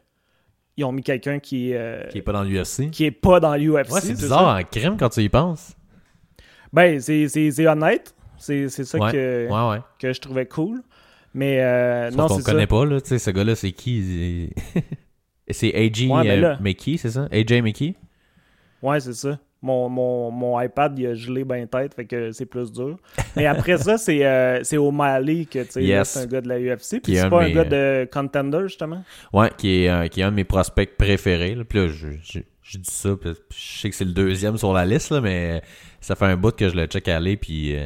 quelqu'un qui est pas dans l'UFC. Qui est pas dans l'UFC. Ouais, c'est bizarre en crime quand tu y penses. Ben, c'est honnête. C'est ça que je trouvais cool. Mais non, c'est ça. qu'on connaît pas, là. Tu sais, ce gars-là, c'est qui? C'est AJ Mickey, c'est ça? AJ Mickey? Ouais, c'est ça. Mon iPad, il a gelé ben tête, fait que c'est plus dur. Mais après ça, c'est O'Malley que, tu sais, c'est un gars de la UFC. Puis c'est pas un gars de Contender, justement? Ouais, qui est un de mes prospects préférés. Là. Puis là, je dis ça, puis je sais que c'est le deuxième sur la liste, là, mais ça fait un bout que je le check aller, puis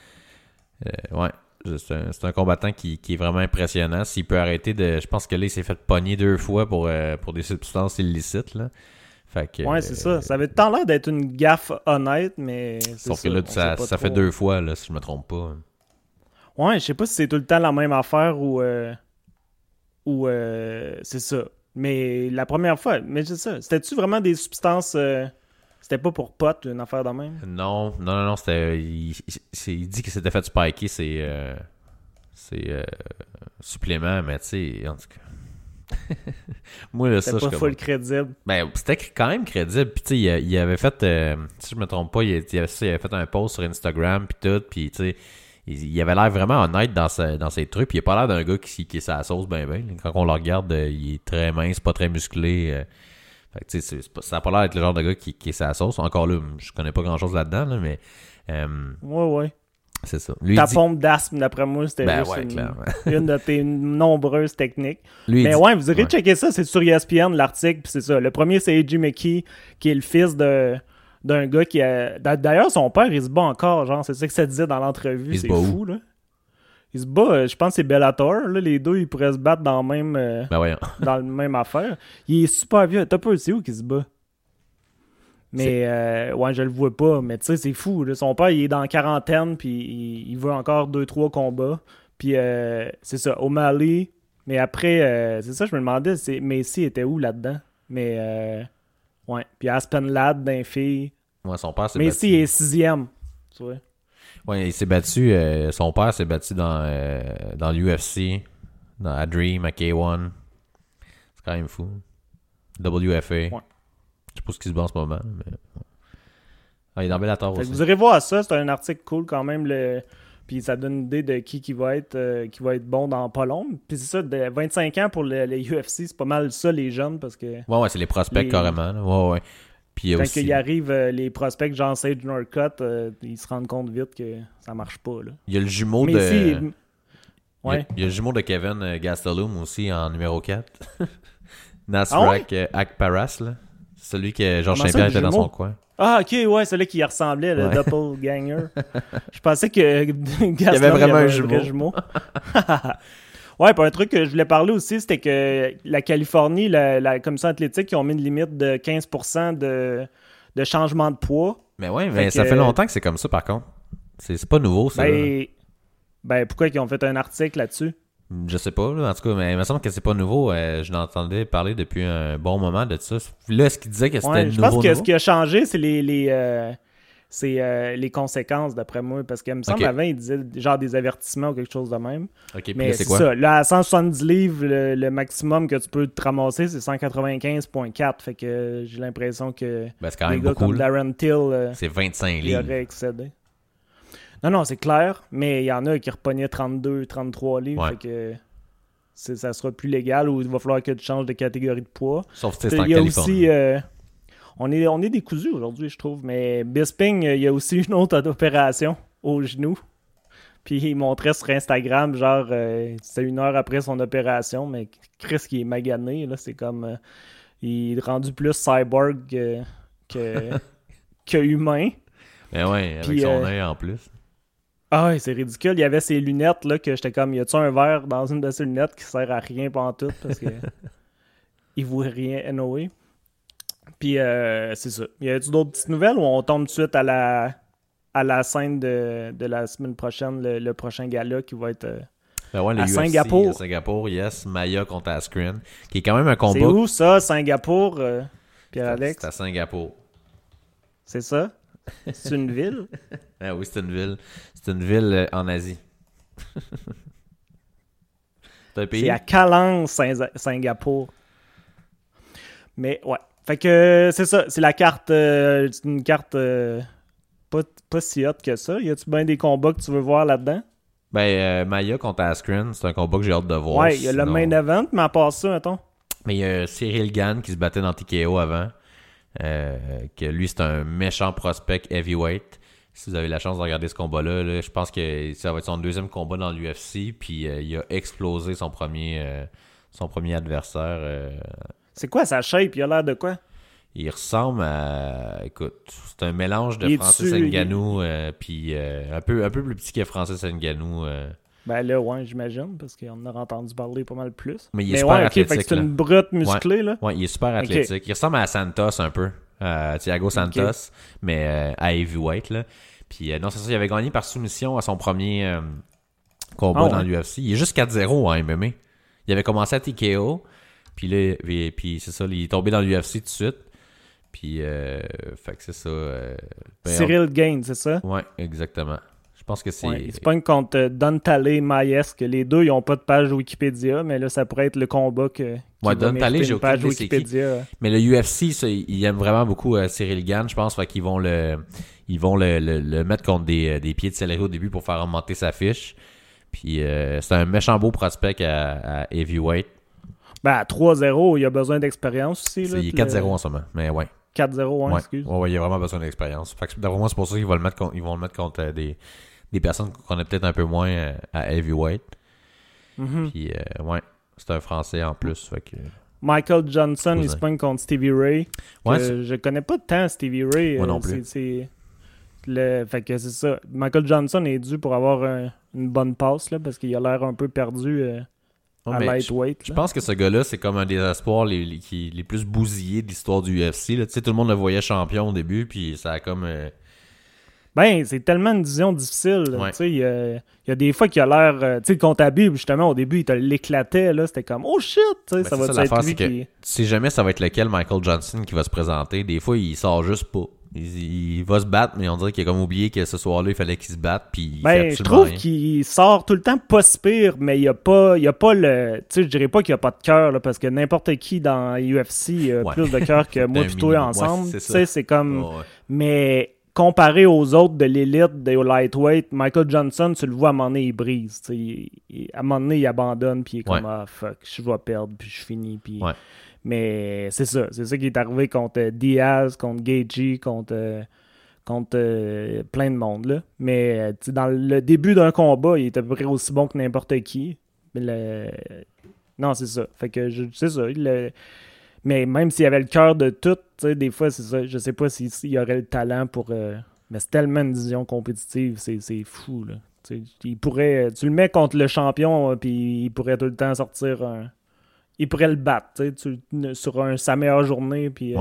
ouais. C'est un combattant qui est vraiment impressionnant. S'il peut arrêter de... Je pense que là, il s'est fait pogner 2 fois pour des substances illicites, là. Fait que, ouais, c'est ça. Ça avait tant l'air d'être une gaffe honnête, mais... Sauf que là, ça fait 2 fois, là, si je me trompe pas. Ouais, je sais pas si c'est tout le temps la même affaire ou c'est ça. Mais la première fois, mais c'est ça. C'était-tu vraiment des substances... C'était pas pour pote, une affaire de même? Non, c'était... Il dit que c'était fait spiker ses suppléments, mais tu sais, en tout cas... Moi, là, c'était pas full crédible. Ben, c'était quand même crédible. Puis, tu sais, il avait fait... si je me trompe pas, il avait fait un post sur Instagram, puis tout, puis, tu sais, il avait l'air vraiment honnête dans ses trucs, puis il a pas l'air d'un gars qui est sa sauce ben. Quand on le regarde, il est très mince, pas très musclé... Fait que, tu sais, ça a pas l'air d'être le genre de gars qui est sa sauce. Encore là, je connais pas grand-chose là-dedans, là, mais... ouais. C'est ça. Ta pompe d'asthme, d'après moi, c'était juste une de tes nombreuses techniques. Mais ouais, vous irez checker ça, c'est sur ESPN, l'article, puis c'est ça. Le premier, c'est AJ Mickey, qui est le fils d'un gars qui a... D'ailleurs, son père, il se bat encore, genre, c'est ça que ça disait dans l'entrevue. C'est fou, là. Il se bat, je pense que c'est Bellator, là, les deux, ils pourraient se battre dans le même dans le même affaire. Il est super vieux. T'as peu, c'est où qu'il se bat? Mais ouais, je le vois pas, mais tu sais, c'est fou, là. Son père, il est dans la quarantaine, puis il veut encore 2-3 combats. Puis c'est ça, O'Malley. Mais après, c'est ça, je me demandais, Macy était où là-dedans? Mais ouais. Puis Aspen Ladd d'un fille. Ouais, son père s'est Macy est 6e, tu vois. Ouais, il s'est battu, son père s'est battu dans l'UFC, à Dream, à K1. C'est quand même fou. WFA. Ouais. Je sais pas ce qui se bat en ce moment, mais... Ah, il est dans Bellator aussi. Vous irez voir ça, c'est un article cool quand même, puis ça donne une idée de qui va être bon dans pas long. Puis c'est ça, de 25 ans pour les UFC, c'est pas mal ça, les jeunes, parce que... Ouais, c'est les prospects carrément. Là. Ouais. Puis il y a Quand aussi... il arrive, les prospects genre Sage Northcutt, ils se rendent compte vite que ça marche pas. Là. Il y a le jumeau Mais de... si, Ouais. Il y a le jumeau de Kevin Gastelum aussi en numéro 4. Ah Nasrak Akparas, là. C'est celui que Georges Comment ça, Saint-Pierre le était dans jumeau? son coin. Ah, ok, ouais, celui qui ressemblait, le Ouais. doppelganger. Je pensais que Gaston avait vraiment un un jumeau. vrai jumeau. Ouais, puis un truc que je voulais parler aussi, c'était que la Californie, la commission athlétique, ils ont mis une limite de 15% de changement de poids. Mais ouais, Fait mais que- ça fait longtemps que c'est comme ça, par contre. C'est pas nouveau, ça. là. Ben, pourquoi ils ont fait un article là-dessus? Je sais pas, là, en tout cas, mais il me semble que c'est pas nouveau. Je l'entendais parler depuis un bon moment de ça. Là, ce qu'il disait que c'était Ouais, nouveau, je pense que nouveau. ce qui a changé, c'est les conséquences, d'après moi. Parce qu'il me semble Ok. avant, ils disaient genre des avertissements ou quelque chose de même. Ok, puis Mais là, c'est c'est quoi? ça. Là, à 170 livres, le maximum que tu peux te ramasser, c'est 195,4. Fait que j'ai l'impression que Ben, c'est quand les même gars beaucoup, comme là. Darren Till, C'est 25 ils livres. auraient excédé. Non, c'est clair. Mais il y en a qui repognaient 32, 33 livres. Ouais. Fait que ça sera plus légal ou il va falloir que tu changes de catégorie de poids. Sauf que c'est en Il y a Californie. aussi... on est décousus aujourd'hui, je trouve. Mais Bisping, il y a aussi une autre opération au genou. Puis il montrait sur Instagram, genre, c'était 1 heure après son opération, mais Chris qui est magané, là, c'est comme... il est rendu plus cyborg que humain. Mais ouais, avec Puis, son œil en plus. Ah ouais, c'est ridicule. Il y avait ses lunettes, là, que j'étais comme, y a-tu un verre dans une de ses lunettes qui sert à rien pantoute parce que il voit rien anyway. Puis c'est ça. Y a-tu d'autres petites nouvelles ou on tombe tout de suite à la scène de la semaine prochaine, le prochain gala qui va être... Ben ouais, le à UFC, Singapour. à Singapour, yes. Maya contre Askren, qui est quand même un C'est combat. où ça, Singapour, Pierre-Alex? C'est à Singapour. C'est ça? C'est une ville? Ah oui, c'est une ville. C'est une ville en Asie. C'est un pays? C'est à Calang, Singapour. Mais ouais. Fait que c'est ça. C'est la carte. C'est une carte pas si hot que ça. Y a-tu bien des combats que tu veux voir là-dedans? Ben, Maya contre Askren, c'est un combat que j'ai hâte de voir. Ouais, il y a le sinon- main event, mais à part ça, mettons. Mais il y a Cyril Gann qui se battait dans TKO avant. Que lui, c'est un méchant prospect heavyweight. Si vous avez la chance de regarder ce combat-là, là, je pense que ça va être son deuxième combat dans l'UFC. Puis il a explosé son premier adversaire. C'est quoi sa shape? Il a l'air de quoi? Il ressemble à... Écoute, c'est un mélange de Il est Francis dessus, Ngannou puis un peu plus petit que Francis Ngannou. Ben là, ouais, j'imagine, parce qu'on en a entendu parler pas mal plus. Mais il est mais super ouais, ok, athlétique, fait que c'est là. une brute musclée, là. Ouais, il est super athlétique. Il ressemble à Santos un peu. Thiago Santos, mais à heavyweight, là. Puis non, c'est ça, il avait gagné par soumission à son premier combat dans l'UFC. Il est juste 4-0 en MMA. Il avait commencé à TKO, puis là, puis c'est ça, il est tombé dans l'UFC tout de suite. Puis, fait que c'est ça. Cyril Gaines, c'est ça? Ouais, exactement. Je pense que c'est... Ouais, il se pogne contre Dantale Maes, que les deux, ils n'ont pas de page Wikipédia, mais là, ça pourrait être le combat que... Ouais, Dantale, j'ai une aucune page idée c'est qui. Wikipédia. Mais le UFC, ça, il aime vraiment beaucoup Cyril Gann, je pense, fait qu'ils vont le mettre contre des pieds de céleri au début pour faire remonter sa fiche. Puis c'est un méchant beau prospect à heavyweight. Ben, à 3-0, il y a besoin d'expérience aussi. Là, Il est 4-0 en ce moment, mais ouais. 4-0, ouais, Ouais. excuse. Ouais, il a vraiment besoin d'expérience. Fait que d'après moi, c'est pour ça qu'ils vont le mettre contre des personnes qu'on a peut-être un peu moins à heavyweight. Mhm. Puis ouais, c'est un Français en plus, fait que... Michael Johnson, il Cousin. se pogne contre Stevie Ray. Ouais, Je connais pas tant Stevie Ray. Moi non plus. Fait que c'est ça. Michael Johnson est dû pour avoir une bonne passe, là, parce qu'il a l'air un peu perdu Ouais, à mais lightweight. je là. pense que ce gars-là, c'est comme un des espoirs les plus bousillés de l'histoire du UFC. Là. Tu sais, tout le monde le voyait champion au début, puis ça a comme... Ben, c'est tellement une division difficile. là. Ouais. Tu sais, il y a des fois qu'il a l'air... tu sais, contre Habib, justement, au début, il te l'éclatait. Là, c'était comme, oh shit! Tu sais, Ben, ça va c'est ça, être l'affaire, lui c'est que qui... tu sais jamais ça va être lequel Michael Johnson qui va se présenter. Des fois, il sort juste pas. Il va se battre, mais on dirait qu'il a comme oublié que ce soir-là, il fallait qu'il se batte, puis il fait Ben, je absolument trouve rien. qu'il sort tout le temps pas si pire, mais il y a pas le... Tu sais, je dirais pas qu'il y a pas de cœur, là, parce que n'importe qui dans UFC a Ouais. plus de cœur que moi Un pis toi minimum. ensemble. Ouais, c'est Tu ça. sais, c'est comme... Ouais, ouais. Mais comparé aux autres de l'élite, des lightweight, Michael Johnson, tu le vois à un moment donné, il brise. À un moment donné, il abandonne, puis il est comme ah fuck, je vais perdre, puis je finis. Puis... Mais c'est ça qui est arrivé contre Diaz, contre Gaethje, contre plein de monde. Là. Mais dans le début d'un combat, il est à peu près aussi bon que n'importe qui. Non, c'est ça. Fait que c'est ça. Mais même s'il avait le cœur de tout, des fois, c'est ça. Je sais pas s'il y aurait le talent pour. Mais c'est tellement une vision compétitive, c'est fou. Là. Il pourrait. Tu le mets contre le champion, puis il pourrait tout le temps sortir il pourrait le battre sur sa meilleure journée. Puis,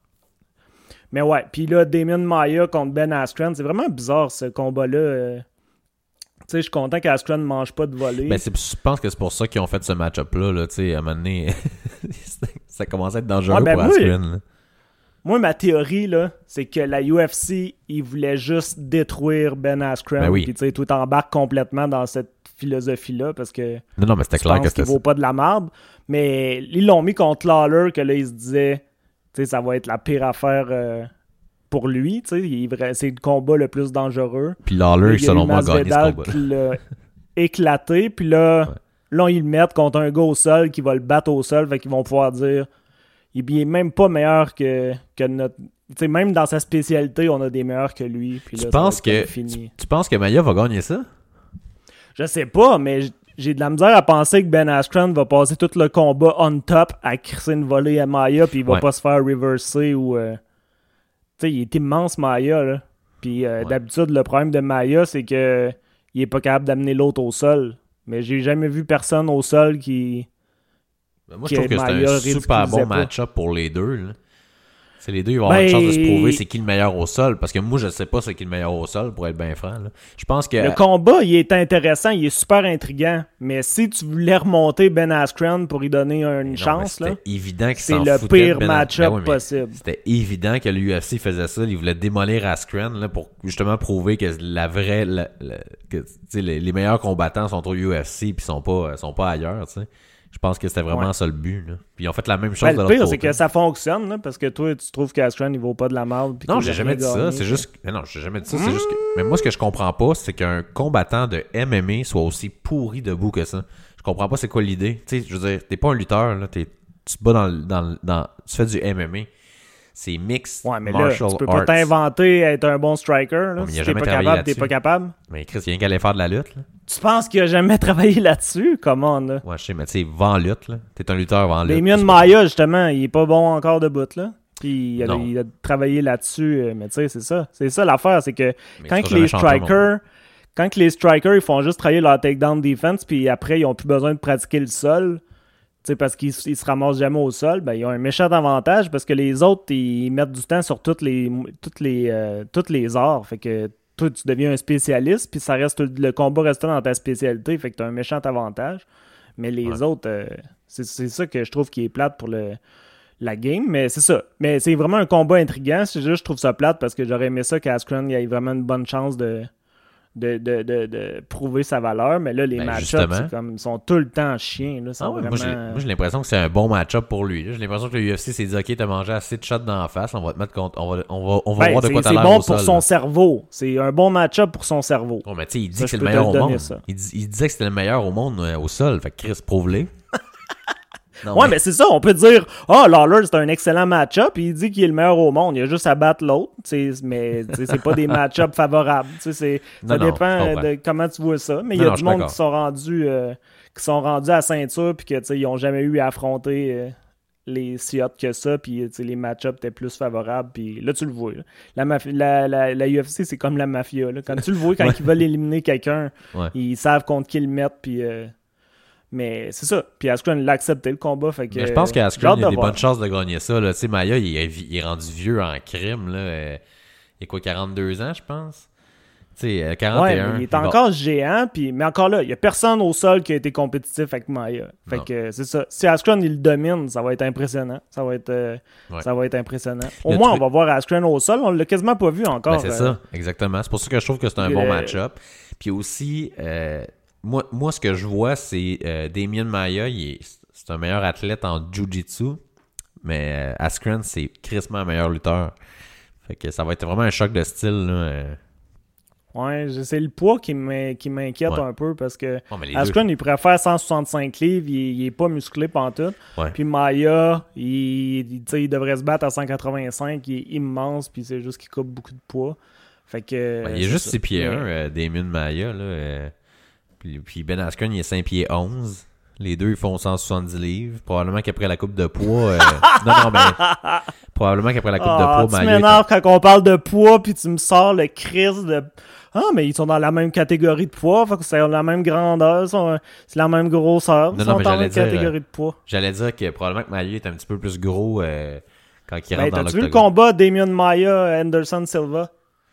mais ouais, puis là, Damian Maia contre Ben Askren, c'est vraiment bizarre ce combat-là. Je suis content qu'Askren ne mange pas de volée. Ben, je pense que c'est pour ça qu'ils ont fait ce match-up-là. Là, à un moment donné, ça commence à être dangereux pour Askren. Moi, ma théorie, là, c'est que la UFC, ils voulaient juste détruire Ben Askren. Ben oui. Puis tout embarque complètement dans cette philosophie-là parce que non, mais c'était clair que c'était qu'il vaut pas de la merde. Mais ils l'ont mis contre Lawler que là, ils se disaient ça va être la pire affaire pour lui. C'est le combat le plus dangereux. Puis Lawler, selon moi, a gagné ce combat. Qui l'a éclaté. Puis là, ils le mettent contre un gars au sol qui va le battre au sol. Fait qu'ils vont pouvoir dire il est même pas meilleur que notre... T'sais, même dans sa spécialité, on a des meilleurs que lui. Puis là, tu penses que Maia va gagner ça? Je sais pas, mais j'ai de la misère à penser que Ben Askren va passer tout le combat on top à crisser une volée à Maia puis il va pas se faire reverser ou... il est immense, Maia, là. Puis d'habitude, le problème de Maia, c'est que il est pas capable d'amener l'autre au sol. Mais j'ai jamais vu personne au sol qui... Moi, je trouve que c'est un super bon match-up pour les deux. Là. Les deux, ils vont avoir une chance de se prouver c'est qui le meilleur au sol. Parce que moi, je sais pas c'est qui le meilleur au sol, pour être bien franc. Là. Je pense que... Le combat, il est intéressant, il est super intriguant. Mais si tu voulais remonter Ben Askren pour lui donner une chance, là, évident qu'il c'est le pire match-up possible. C'était évident que l'UFC faisait ça. Il voulait démolir Askren là, pour justement prouver que la vraie... que les meilleurs combattants sont au UFC et sont pas ailleurs, tu sais. Je pense que c'était vraiment ça le but. Là. Puis ils ont fait la même chose de l'autre côté. Le pire, c'est que ça fonctionne, là, parce que toi, tu trouves qu'Askren, il vaut pas de la merde. Non, j'ai jamais dit ça. C'est juste... Non, j'ai jamais dit ça. C'est juste que... Mais moi, ce que je comprends pas, c'est qu'un combattant de MMA soit aussi pourri debout que ça. Je comprends pas c'est quoi l'idée. Tu sais, je veux dire, t'es pas un lutteur, là. Tu te bats tu fais du MMA. C'est mix martial arts. Tu peux arts. pas t'inventer être un bon striker. Là. Si t'es pas capable, t'es pas capable. Mais Chris, il y a rien qu'à aller faire de la lutte. Là. Tu penses qu'il a jamais travaillé là-dessus? Comment, là? Ouais, je sais, mais tu sais, va en lutte, là. T'es un lutteur, va en lutte. Damian Maia, justement, il est pas bon encore debout, là. Puis il a travaillé là-dessus. Mais tu sais, c'est ça. C'est ça l'affaire, c'est que quand les strikers, ils font juste travailler leur takedown defense, puis après, ils ont plus besoin de pratiquer le sol. T'sais, parce qu'ils se ramassent jamais au sol, ben, ils ont un méchant avantage parce que les autres, ils mettent du temps sur toutes les arts. Fait que toi, tu deviens un spécialiste, puis ça reste le combat reste dans ta spécialité. Fait que tu as un méchant avantage. Mais les autres, c'est ça que je trouve qui est plate pour la game. Mais c'est ça. Mais c'est vraiment un combat intriguant. C'est juste je trouve ça plate parce que j'aurais aimé ça qu'Askren ait vraiment une bonne chance de prouver sa valeur, mais là, les match-ups, c'est comme, ils sont tout le temps chiens. Là, vraiment... Moi, j'ai l'impression que c'est un bon match-up pour lui. Là. J'ai l'impression que le UFC s'est dit, OK, t'as mangé assez de shots dans la face, on va te mettre contre... On va voir de quoi t'as l'air bon au sol. C'est bon pour son cerveau. C'est un bon match-up pour son cerveau. Oh, mais tu sais, il dit que c'est le meilleur au monde. Il disait que c'était le meilleur au monde au sol. Fait que Chris, prouve-le. Ouais, mais c'est ça, on peut dire Lawler, c'est un excellent match-up, il dit qu'il est le meilleur au monde, il a juste à battre l'autre, mais c'est pas des match-ups favorables. Ça dépend de comment tu vois ça. Mais il y a du monde qui sont rendus à ceinture puis que ils ont jamais eu à affronter les si hot que ça, puis les match-ups étaient plus favorables, puis là tu le vois. Là. La UFC, c'est comme la mafia. Là. Quand tu le vois, quand ils veulent éliminer quelqu'un, ils savent contre qui le mettre, puis... Mais c'est ça. Puis Askren l'a accepté le combat. Fait que, mais je pense qu'Askren a des bonnes chances de gagner ça. Tu sais, Maia, il est rendu vieux en crime. Là. Il a quoi, 42 ans, je pense? Tu sais, 41. Ouais, il est encore géant. Mais encore là, il n'y a personne au sol qui a été compétitif avec Maia. Fait que c'est ça. Si Askren, il le domine, ça va être impressionnant. Ça va être impressionnant. Au moins, on va voir Askren au sol. On l'a quasiment pas vu encore. Ben, c'est ça, exactement. C'est pour ça que je trouve que c'est un bon match-up. Puis aussi... Moi, ce que je vois, c'est Damian Maia, c'est un meilleur athlète en jiu-jitsu, mais Askren, c'est crissement un meilleur lutteur. Fait que ça va être vraiment un choc de style, là. Ouais, c'est le poids qui m'inquiète un peu parce que Askren, il pourrait faire 165 livres, il est pas musclé pantoute. Ouais. Puis Maia, il devrait se battre à 185, il est immense, puis c'est juste qu'il coupe beaucoup de poids. Fait que... il est juste 6 pieds 1, Damien Maia, là. Puis Ben Askren, il est 5 pieds 11. Les deux, ils font 170 livres. Probablement qu'après la coupe de poids... non, mais... Probablement qu'après la coupe de poids, Maia... Tu m'énerves quand on parle de poids, puis tu me sors le Chris de... Ah, mais ils sont dans la même catégorie de poids, fait que c'est la même grandeur, c'est la même grosseur. Ils sont dans la même catégorie de poids. J'allais dire que probablement que Maia est un petit peu plus gros quand il rentre dans l'octogone. T'as-tu vu le combat Damien Maia, Anderson Silva?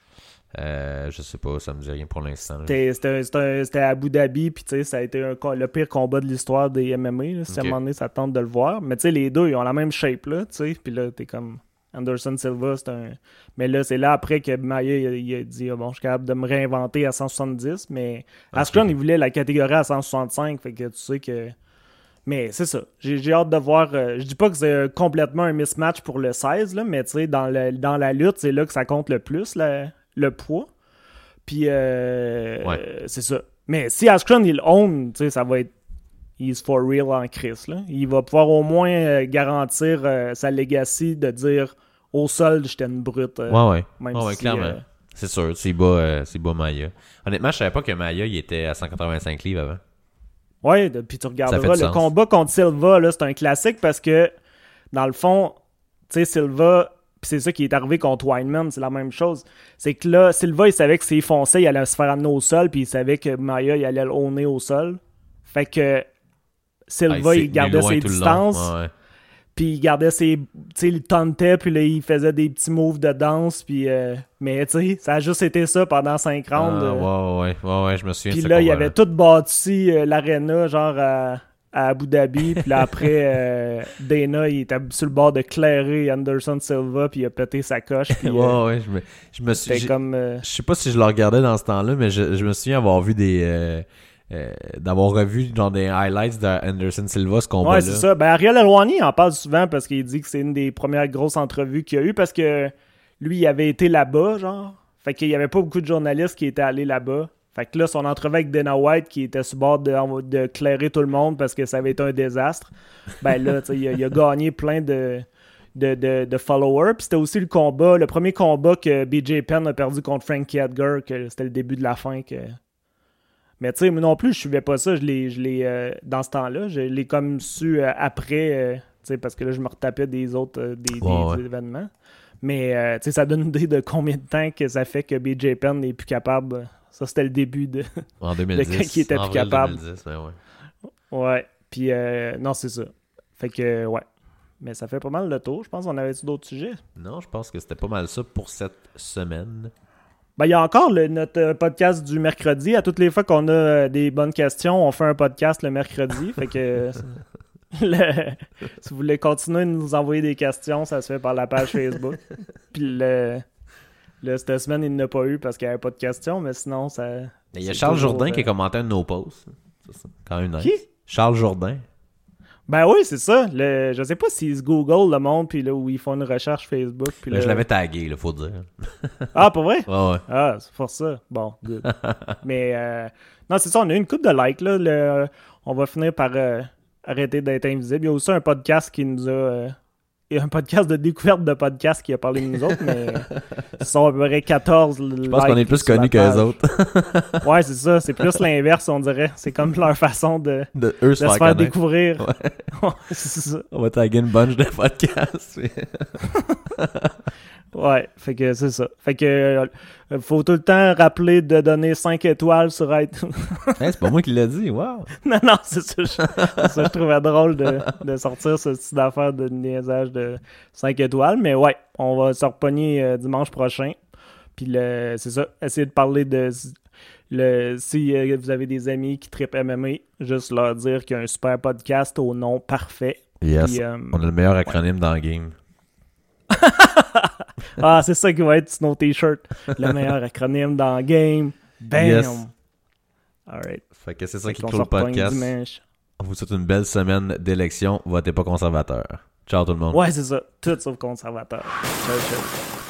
Je sais pas, ça me dit rien pour l'instant. C'était à Abu Dhabi, puis tu sais, ça a été le pire combat de l'histoire des MMA. Là, si à un moment donné, ça tente de le voir. Mais tu sais, les deux, ils ont la même shape, là, tu sais. Puis là, t'es comme... Anderson Silva, c'est un... Mais là, c'est là après que Maia il a dit bon, je suis capable de me réinventer à 170, mais Askren, il voulait la catégorie à 165, fait que tu sais que... Mais c'est ça. J'ai hâte de voir... je dis pas que c'est complètement un mismatch pour le 16, là, mais tu sais, dans la lutte, c'est là que ça compte le plus, le poids. Puis, c'est ça. Mais si Askren, il own, tu sais, ça va être... He's for real en Chris, là. Il va pouvoir au moins garantir sa legacy de dire au sol, j'étais une brute. Ouais, même si, clairement. C'est sûr, c'est bas Maia. Honnêtement, je savais pas que Maia il était à 185 livres avant. Ouais, puis tu regarderas le combat contre Silva, là, c'est un classique parce que, dans le fond, tu sais, Silva, puis c'est ça qui est arrivé contre Weinman, c'est la même chose. C'est que là, Silva, il savait que s'il fonçait, il allait se faire amener au sol, puis il savait que Maia, il allait le honner au sol. Fait que Silva, il gardait ses distances. Puis il gardait ses... Tu sais, il tentait, puis là, il faisait des petits moves de danse. Puis, mais tu sais, ça a juste été ça pendant 5 rounds. Ouais, je me souviens. Puis là, il avait tout bâti l'aréna, genre à Abu Dhabi. Puis là, après, Dana, il était sur le bord de clairer Anderson Silva, puis il a pété sa coche. Puis, je me suis... Je sais pas si je le regardais dans ce temps-là, mais je me souviens avoir vu d'avoir revu dans des highlights d'Anderson Silva ce combat-là. Ouais, c'est ça. Ben, Ariel Helwani en parle souvent parce qu'il dit que c'est une des premières grosses entrevues qu'il y a eu parce que lui, il avait été là-bas, genre. Fait qu'il y avait pas beaucoup de journalistes qui étaient allés là-bas. Fait que là, son entrevue avec Dana White qui était sur bord de clairer tout le monde parce que ça avait été un désastre, ben là, tu sais, il a gagné plein de followers. Puis c'était aussi le premier combat que BJ Penn a perdu contre Frankie Edgar, que c'était le début de la fin que... Mais tu sais, moi non plus, je suivais pas ça. Je l'ai dans ce temps-là, je l'ai comme su après, tu sais, parce que là, je me retapais des autres des événements. Mais tu sais, ça donne une idée de combien de temps que ça fait que BJ Penn n'est plus capable. Ça, c'était le début en 2010, de quand il était plus capable. 2010, ben ouais. Ouais, puis non, c'est ça. Fait que, ouais. Mais ça fait pas mal le tour. Je pense qu'on avait-tu d'autres sujets? Non, je pense que c'était pas mal ça pour cette semaine. Ben, il y a encore notre podcast du mercredi. À toutes les fois qu'on a des bonnes questions, on fait un podcast le mercredi. Fait que si vous voulez continuer de nous envoyer des questions, ça se fait par la page Facebook. Puis cette semaine, il n'y en a pas eu parce qu'il n'y avait pas de questions, mais sinon, ça... Il y a Charles Jourdain qui a commenté un de nos posts. C'est quand même nice. Qui? Charles Jourdain. Ben oui, c'est ça. Je sais pas s'ils se Google le monde, puis là, où ils font une recherche Facebook. Puis là, je l'avais tagué, il faut dire. Ah, pour vrai? Ouais. Ah, c'est pour ça. Bon, good. Mais, non, c'est ça, on a eu une couple de likes, là. On va finir par arrêter d'être invisible. Il y a aussi un podcast qui nous a... un podcast de découverte de podcast qui a parlé de nous autres, mais ils sont à peu près 14 likes. Je pense qu'on est plus connus que les autres. Ouais, c'est ça. C'est plus l'inverse, on dirait. C'est comme leur façon de se faire connaître. découvrir. Ouais. C'est ça. On va taguer une bunch de podcasts. Ouais, fait que c'est ça. Fait que faut tout le temps rappeler de donner 5 étoiles sur iTunes. Hey, c'est pas moi qui l'ai dit, wow! Non, c'est ça. Je trouvais drôle de sortir ce style d'affaire de niaisage de 5 étoiles. Mais ouais, on va se repogner dimanche prochain. Puis c'est ça, essayer de parler de... si vous avez des amis qui trippent MMA, juste leur dire qu'il y a un super podcast au nom parfait. Yes, puis, on a le meilleur acronyme dans le game. Ah, c'est ça qui va être sur nos t-shirts. Le meilleur acronyme dans le game. Bam! Yes. Alright. Fait que c'est ça qui clôt le podcast. On vous souhaite une belle semaine d'élection. Votez pas conservateur. Ciao tout le monde. Ouais, c'est ça. Tout sauf conservateur. Ciao, ciao.